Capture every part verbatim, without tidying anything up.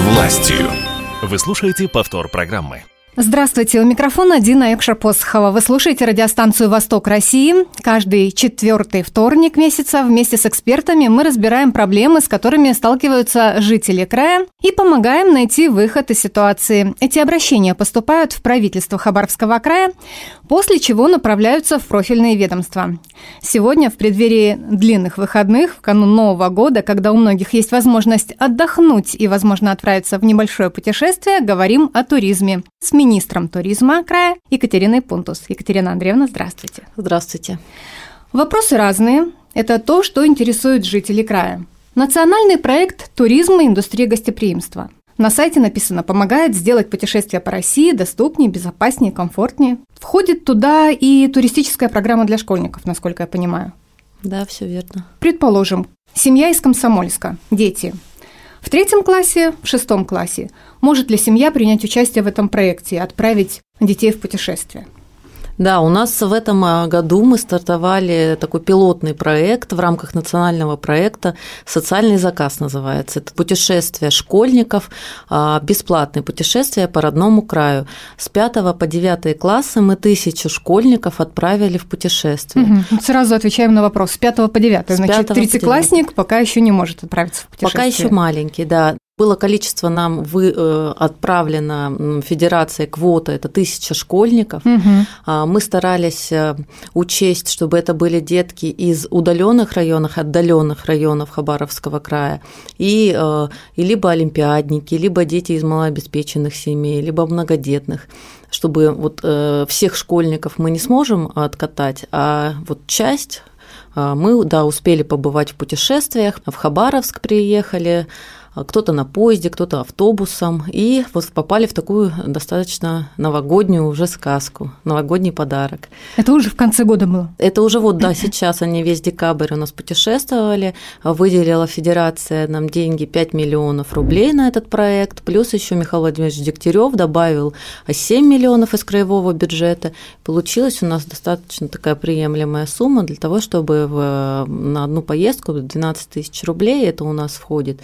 властью. Вы слушаете повтор программы. Здравствуйте, у микрофона Дина Экшер-Посохова. Вы слушаете радиостанцию «Восток России». Каждый четвертый вторник месяца вместе с экспертами мы разбираем проблемы, с которыми сталкиваются жители края, и помогаем найти выход из ситуации. Эти обращения поступают в правительство Хабаровского края, после чего направляются в профильные ведомства. Сегодня, в преддверии длинных выходных, в канун Нового года, когда у многих есть возможность отдохнуть и, возможно, отправиться в небольшое путешествие, говорим о туризме. С министром туризма края Екатериной Пунтус. Екатерина Андреевна, здравствуйте. Здравствуйте. Вопросы разные. Это то, что интересует жителей края. Национальный проект «Туризм и индустрия гостеприимства». На сайте написано «Помогает сделать путешествия по России доступнее, безопаснее, комфортнее». Входит туда и туристическая программа для школьников, насколько я понимаю. Да, все верно. Предположим, семья из Комсомольска, дети. В третьем классе, в шестом классе. Может ли семья принять участие в этом проекте и отправить детей в путешествие? Да, у нас в этом году мы стартовали такой пилотный проект в рамках национального проекта «Социальный заказ» называется. Это путешествие школьников, бесплатные путешествия по родному краю. С пятого по девятый классы мы тысячу школьников отправили в путешествие. Угу. Сразу отвечаем на вопрос. С пятого по девятый. Значит, тридцатиклассник пока еще не может отправиться в путешествие. Пока еще маленький, да. Было количество нам вы, э, отправлено Федерацией квота, это тысяча школьников. Угу. Мы старались учесть, чтобы это были детки из удаленных районов, отдаленных районов Хабаровского края, и, э, и либо олимпиадники, либо дети из малообеспеченных семей, либо многодетных, чтобы вот э, всех школьников мы не сможем откатать, а вот часть мы, да, успели побывать в путешествиях, в Хабаровск приехали, кто-то на поезде, кто-то автобусом, и вот попали в такую достаточно новогоднюю уже сказку, новогодний подарок. Это уже в конце года было? Это уже вот, да, сейчас они весь декабрь у нас путешествовали, выделила Федерация нам деньги пять миллионов рублей на этот проект, плюс еще Михаил Владимирович Дегтярев добавил семь миллионов из краевого бюджета. Получилась у нас достаточно такая приемлемая сумма для того, чтобы в, на одну поездку двенадцать тысяч рублей, это у нас входит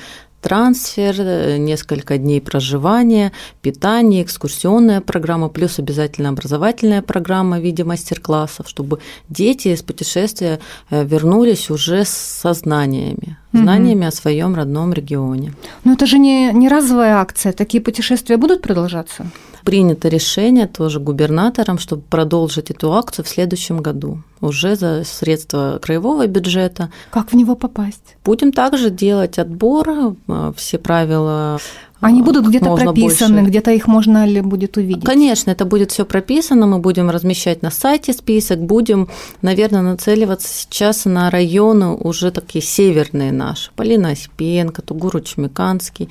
трансфер, несколько дней проживания, питание, экскурсионная программа, плюс обязательно образовательная программа в виде мастер-классов, чтобы дети из путешествия вернулись уже со знаниями, знаниями угу. о своем родном регионе. Но это же не, не разовая акция, такие путешествия будут продолжаться? Принято решение тоже губернатором, чтобы продолжить эту акцию в следующем году, уже за средства краевого бюджета. Как в него попасть? Будем также делать отбор, все правила. Они будут где-то прописаны, больше. Где-то их можно ли будет увидеть? Конечно, это будет все прописано, мы будем размещать на сайте список, будем, наверное, нацеливаться сейчас на районы уже такие северные наши, Полина Осипенко, Тугур-Чумиканский.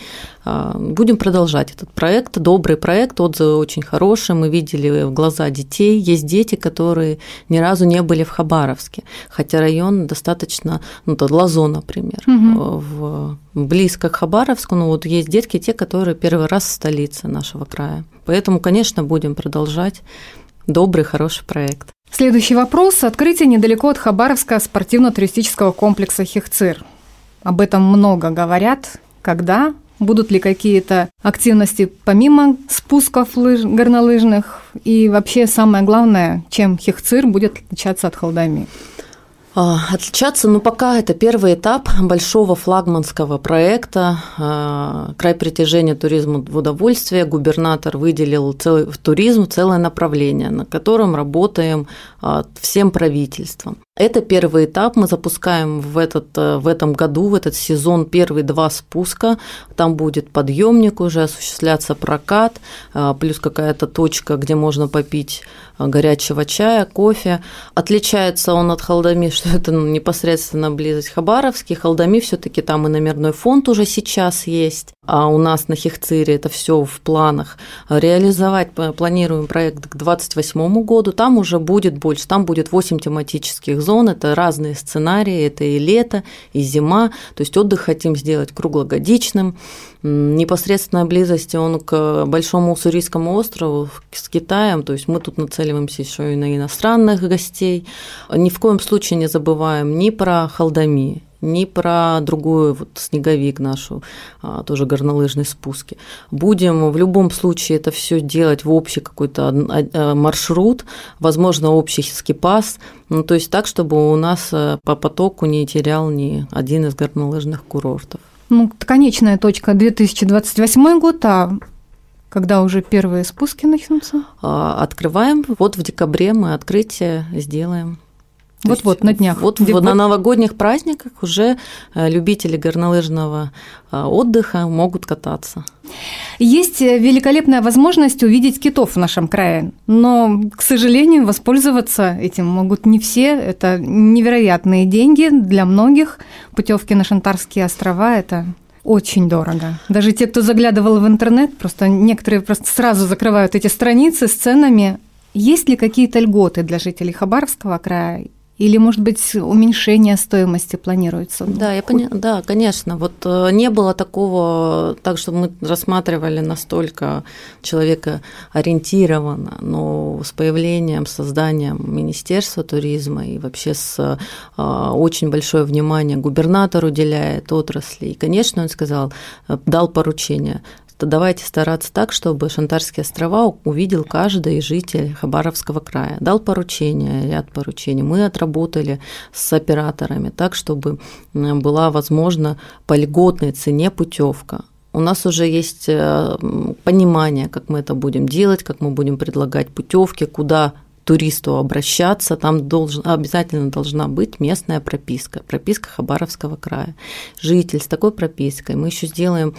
Будем продолжать этот проект, добрый проект, отзывы очень хорошие, мы видели в глаза детей, есть дети, которые ни разу не были в Хабаровске, хотя район достаточно, ну, Лазо, например, угу. в, близко к Хабаровску, но вот есть детки, те, которые первый раз в столице нашего края. Поэтому, конечно, будем продолжать добрый, хороший проект. Следующий вопрос. Открытие недалеко от Хабаровска спортивно-туристического комплекса «Хехцир». Об этом много говорят. Когда? Будут ли какие-то активности помимо спусков лыж, горнолыжных? И вообще самое главное, чем Хехцир будет отличаться от Халдами? Отличаться, ну, пока это первый этап большого флагманского проекта «Край притяжения туризма в удовольствие». Губернатор выделил целый, в туризм целое направление, на котором работаем всем правительством. Это первый этап, мы запускаем в, этот, в этом году, в этот сезон первые два спуска, там будет подъемник уже, осуществляться прокат, плюс какая-то точка, где можно попить горячего чая, кофе. Отличается он от Халдами, что это ну, непосредственно близость Хабаровский. Халдами все-таки там и номерной фонд уже сейчас есть, а у нас на Хехцире это все в планах. Реализовать планируем проект к двадцать восьмому году, там уже будет больше, там будет восемь тематических зон, это разные сценарии, это и лето, и зима, то есть отдых хотим сделать круглогодичным. Непосредственная близость он к Большому Уссурийскому острову с Китаем, то есть мы тут нацеливаемся еще и на иностранных гостей. Ни в коем случае не забываем ни про Халдами, ни про другую, вот снеговик нашу, тоже горнолыжные спуски. Будем в любом случае это все делать в общий какой-то маршрут, возможно, общий скипас, ну, то есть так, чтобы у нас по потоку не терял ни один из горнолыжных курортов. Ну, конечная точка две тысячи двадцать восьмой год, а когда уже первые спуски начнутся? Открываем. Вот в декабре мы открытие сделаем. Вот-вот, на днях. Вот Декабрь. На новогодних праздниках уже любители горнолыжного отдыха могут кататься. Есть великолепная возможность увидеть китов в нашем крае, но, к сожалению, воспользоваться этим могут не все. Это невероятные деньги для многих. Путевки на Шантарские острова – это очень дорого. Даже те, кто заглядывал в интернет, просто некоторые просто сразу закрывают эти страницы с ценами. Есть ли какие-то льготы для жителей Хабаровского края? Или, может быть, уменьшение стоимости планируется? Да, я поня... да, конечно. Вот не было такого, так что мы рассматривали настолько человека ориентированно, но с появлением, созданием Министерства туризма и вообще с очень большое внимание губернатор уделяет отрасли. И, конечно, он сказал, дал поручение. Давайте стараться так, чтобы Шантарские острова увидел каждый житель Хабаровского края. Дал поручение, ряд поручений. Мы отработали с операторами так, чтобы была возможна по льготной цене путевка. У нас уже есть понимание, как мы это будем делать, как мы будем предлагать путевки, куда туристу обращаться, там должен, обязательно должна быть местная прописка, прописка Хабаровского края. Житель с такой пропиской. Мы еще сделаем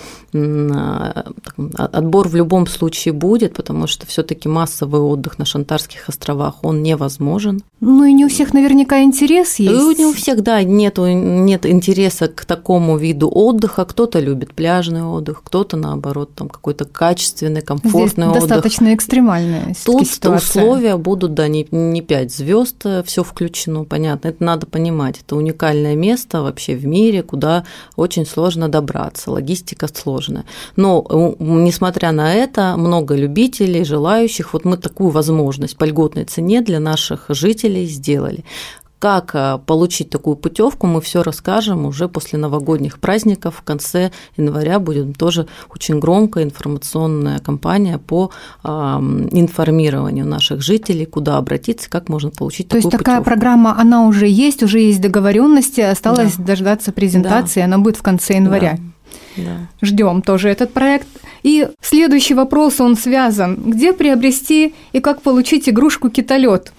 отбор в любом случае будет, потому что все-таки массовый отдых на Шантарских островах, он невозможен. Ну и не у всех наверняка интерес есть. И не у всех, да, нету, нет интереса к такому виду отдыха. Кто-то любит пляжный отдых, кто-то, наоборот, там какой-то качественный, комфортный Здесь отдых. Достаточно экстремальная Тут ситуация. Условия будут, да, не, не пять звезд, все включено, понятно. Это надо понимать. Это уникальное место вообще в мире, куда очень сложно добраться. Логистика сложная. Но, несмотря на это, много любителей, желающих. Вот мы такую возможность по льготной цене для наших жителей сделали. Как получить такую путевку, мы все расскажем уже после новогодних праздников. В конце января будет тоже очень громкая информационная кампания по э, информированию наших жителей, куда обратиться, как можно получить То такую путевку. То есть такая программа, она уже есть, уже есть договоренности, осталось да. дождаться презентации, да. она будет в конце января. Да. Да. Ждем тоже этот проект. И следующий вопрос, он связан. Где приобрести и как получить игрушку китолет?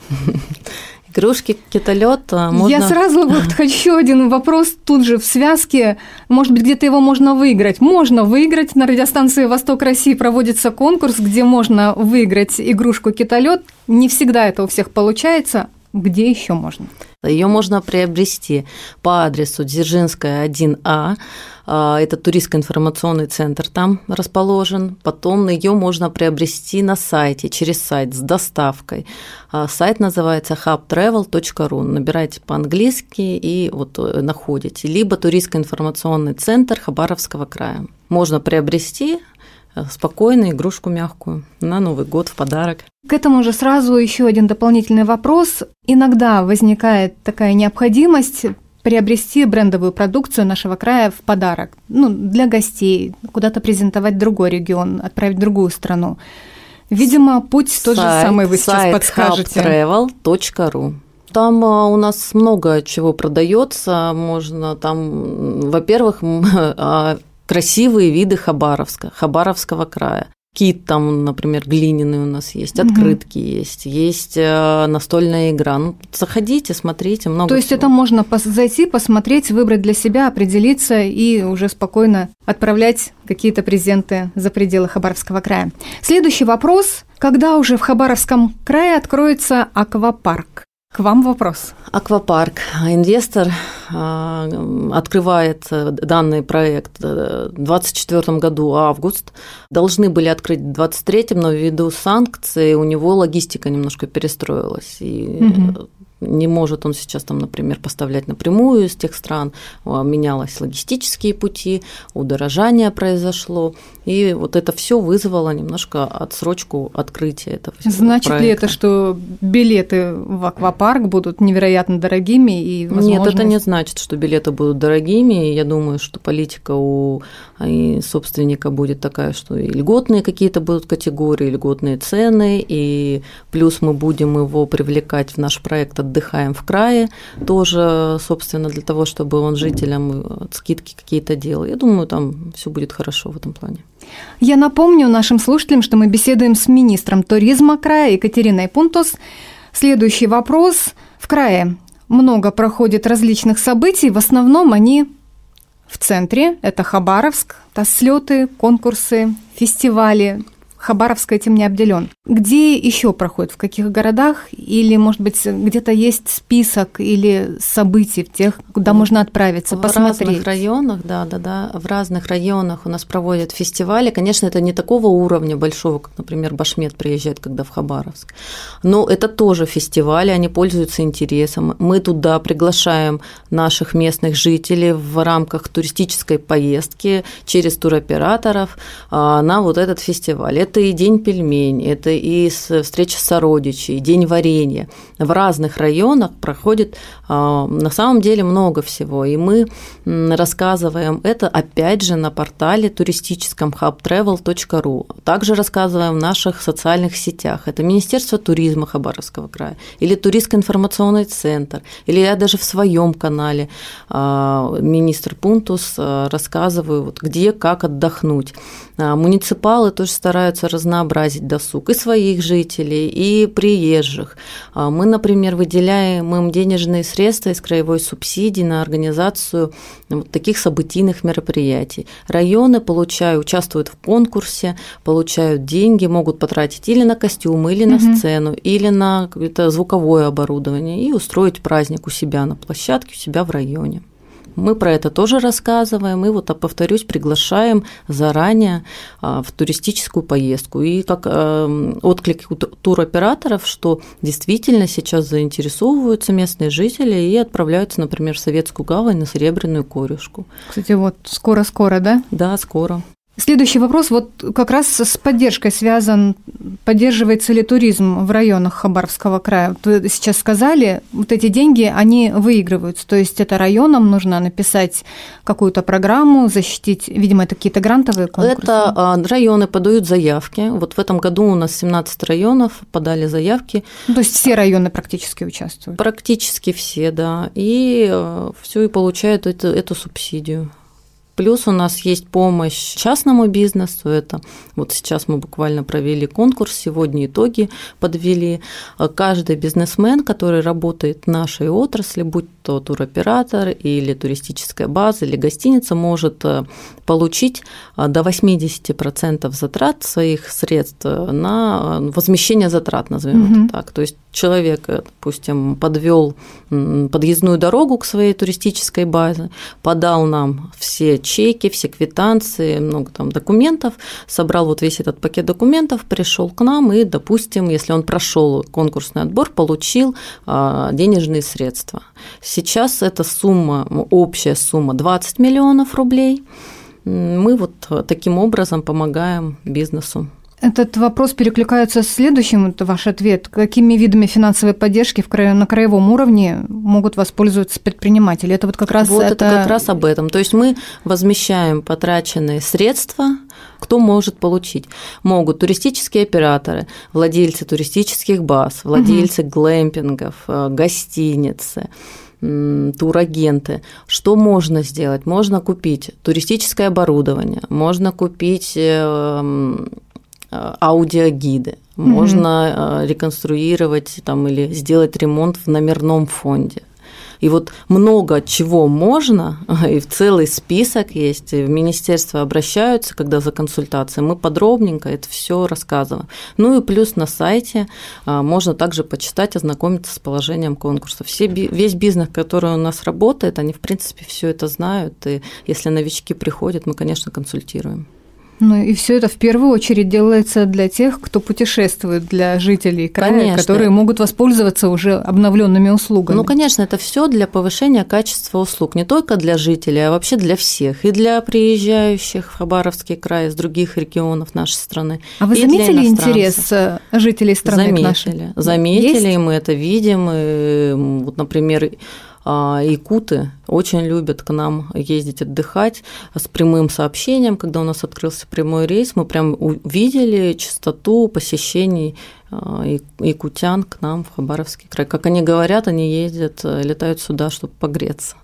Игрушки китолет можно... Я сразу вот хочу один вопрос тут же в связке. Может быть, где-то его можно выиграть? Можно выиграть. На радиостанции «Восток России» проводится конкурс, где можно выиграть игрушку китолет. Не всегда это у всех получается. Где еще можно? Ее можно приобрести по адресу Дзержинская, один А. Это туристско-информационный центр там расположен. Потом ее можно приобрести на сайте, через сайт с доставкой. Сайт называется хаб тревел точка ру. Набирайте по-английски и вот находите. Либо туристско-информационный центр Хабаровского края. Можно приобрести спокойно игрушку мягкую на Новый год в подарок. К этому же сразу еще один дополнительный вопрос. Иногда возникает такая необходимость приобрести брендовую продукцию нашего края в подарок, ну, для гостей, куда-то презентовать другой регион, отправить в другую страну. Видимо, путь тот же самый вы сейчас подскажете. сайт хаб тревел точка ру. Там у нас много чего продается. Можно там, во-первых, красивые виды Хабаровска, Хабаровского края. Кит там, например, глиняный у нас есть, открытки угу. есть, есть настольная игра. Ну, заходите, смотрите, много То есть всего. Это можно зайти, посмотреть, выбрать для себя, определиться и уже спокойно отправлять какие-то презенты за пределы Хабаровского края. Следующий вопрос. Когда уже в Хабаровском крае откроется аквапарк? К вам вопрос. Аквапарк. Инвестор открывает данный проект в двадцать четвёртом году, август. Должны были открыть в двадцать третьем, но ввиду санкций у него логистика немножко перестроилась. И угу. не может он сейчас, там, например, поставлять напрямую из тех стран, менялись логистические пути, удорожание произошло, и вот это все вызвало немножко отсрочку открытия этого Значит проекта. ли это, что билеты в аквапарк будут невероятно дорогими? И возможность... Нет, это не значит, что билеты будут дорогими. Я думаю, что политика у собственника будет такая, что и льготные какие-то будут категории, льготные цены, и плюс мы будем его привлекать в наш проект «Отдыхаем в крае», тоже, собственно, для того, чтобы он жителям скидки какие-то делал. Я думаю, там все будет хорошо в этом плане. Я напомню нашим слушателям, что мы беседуем с министром туризма края Екатериной Пунтус. Следующий вопрос. В крае много проходит различных событий, в основном они в центре. Это Хабаровск, это слеты, конкурсы, фестивали. Хабаровск этим не обделен. Где еще проходит? В каких городах? Или, может быть, где-то есть список или событий в тех, куда можно отправиться, в посмотреть? В разных районах, да, да, да. В разных районах у нас проводят фестивали. Конечно, это не такого уровня большого, как, например, Башмет приезжает, когда в Хабаровск. Но это тоже фестивали, они пользуются интересом. Мы туда приглашаем наших местных жителей в рамках туристической поездки через туроператоров на вот этот фестиваль. Это и день пельмень, это и встреча с сородичей, день варенья. В разных районах проходит на самом деле много всего, и мы рассказываем это опять же на портале туристическом хаб тревел точка ру. Также рассказываем в наших социальных сетях. Это Министерство туризма Хабаровского края, или Туристско-информационный центр, или я даже в своем канале министр Пунтус рассказываю, вот где, как отдохнуть. Муниципалы тоже стараются разнообразить досуг и своих жителей, и приезжих. Мы, например, выделяем им денежные средства из краевой субсидии на организацию вот таких событийных мероприятий. Районы получают, участвуют в конкурсе, получают деньги, могут потратить или на костюмы, или на угу. сцену, или на какое-то звуковое оборудование и устроить праздник у себя на площадке, у себя в районе. Мы про это тоже рассказываем, и вот, повторюсь, приглашаем заранее в туристическую поездку. И как отклик туроператоров, что действительно сейчас заинтересовываются местные жители и отправляются, например, в Советскую гавань на Серебряную Корюшку. Кстати, вот скоро-скоро, да? Да, скоро. Следующий вопрос, вот как раз с поддержкой связан, поддерживается ли туризм в районах Хабаровского края? Вы сейчас сказали, вот эти деньги, они выигрываются, то есть это районам нужно написать какую-то программу, защитить, видимо, это какие-то грантовые конкурсы? Это районы подают заявки, вот в этом году у нас семнадцать районов подали заявки. То есть все районы практически участвуют? Практически все, да, и все и получают эту, эту субсидию. Плюс у нас есть помощь частному бизнесу. Это вот сейчас мы буквально провели конкурс, сегодня итоги подвели. Каждый бизнесмен, который работает в нашей отрасли, будь то туроператор или туристическая база, или гостиница, может получить до восемьдесят процентов затрат своих средств на возмещение затрат, назовем mm-hmm. это так. То есть человек, допустим, подвел подъездную дорогу к своей туристической базе, подал нам все чеки, все квитанции, много там документов, собрал вот весь этот пакет документов, пришел к нам и, допустим, если он прошел конкурсный отбор, получил денежные средства. Сейчас эта сумма, общая сумма двадцать миллионов рублей. Мы вот таким образом помогаем бизнесу. Этот вопрос перекликается с следующим, это ваш ответ. Какими видами финансовой поддержки в краю, на краевом уровне могут воспользоваться предприниматели? Это вот как раз вот это... это как раз об этом. То есть мы возмещаем потраченные средства, кто может получить. Могут туристические операторы, владельцы туристических баз, владельцы угу. глэмпингов, гостиницы, турагенты. Что можно сделать? Можно купить туристическое оборудование, можно купить аудиогиды, mm-hmm. можно реконструировать там, или сделать ремонт в номерном фонде. И вот много чего можно, и в целый список есть, и в министерство обращаются, когда за консультацией, мы подробненько это все рассказываем. Ну и плюс на сайте можно также почитать, ознакомиться с положением конкурса. Все, весь бизнес, который у нас работает, они, в принципе, все это знают, и если новички приходят, мы, конечно, консультируем. Ну и все это в первую очередь делается для тех, кто путешествует, для жителей края, конечно, которые могут воспользоваться уже обновленными услугами. Ну, конечно, это все для повышения качества услуг, не только для жителей, а вообще для всех, и для приезжающих в Хабаровский край из других регионов нашей страны. А вы заметили интерес жителей страны заметили, к нашей? Заметили, и мы это видим. И, вот, например, якуты очень любят к нам ездить отдыхать с прямым сообщением. Когда у нас открылся прямой рейс, мы прям увидели частоту посещений якутян к нам в Хабаровский край. Как они говорят, они ездят, летают сюда, чтобы погреться.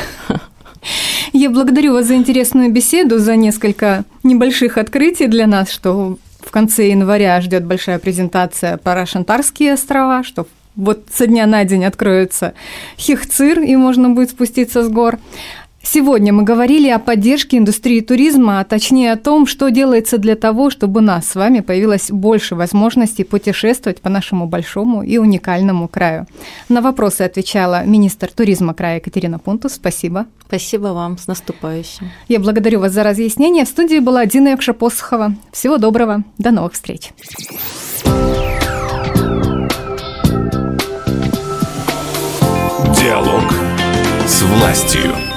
Я благодарю вас за интересную беседу, за несколько небольших открытий для нас, что в конце января ждет большая презентация про Шантарские острова, что вот со дня на день откроется Хехцир, и можно будет спуститься с гор. Сегодня мы говорили о поддержке индустрии туризма, а точнее о том, что делается для того, чтобы у нас с вами появилось больше возможностей путешествовать по нашему большому и уникальному краю. На вопросы отвечала министр туризма края Екатерина Пунтус. Спасибо. Спасибо вам. С наступающим. Я благодарю вас за разъяснение. В студии была Дина Якшапосхова. Всего доброго. До новых встреч. Диалог с властью.